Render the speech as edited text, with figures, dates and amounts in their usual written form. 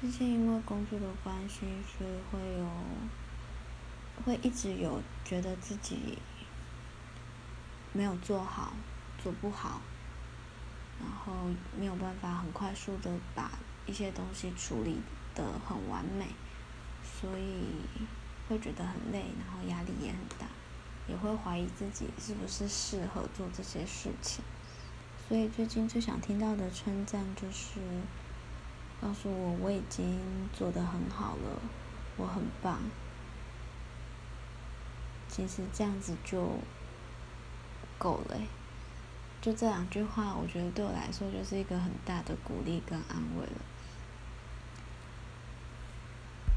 最近因为工作的关系，所以会一直有觉得自己没有做好，做不好，然后没有办法很快速的把一些东西处理得很完美，所以会觉得很累，然后压力也很大，也会怀疑自己是不是适合做这些事情。所以最近最想听到的称赞就是告诉我已经做得很好了，我很棒。其实这样子就够了就这2句话，我觉得对我来说就是一个很大的鼓励跟安慰了。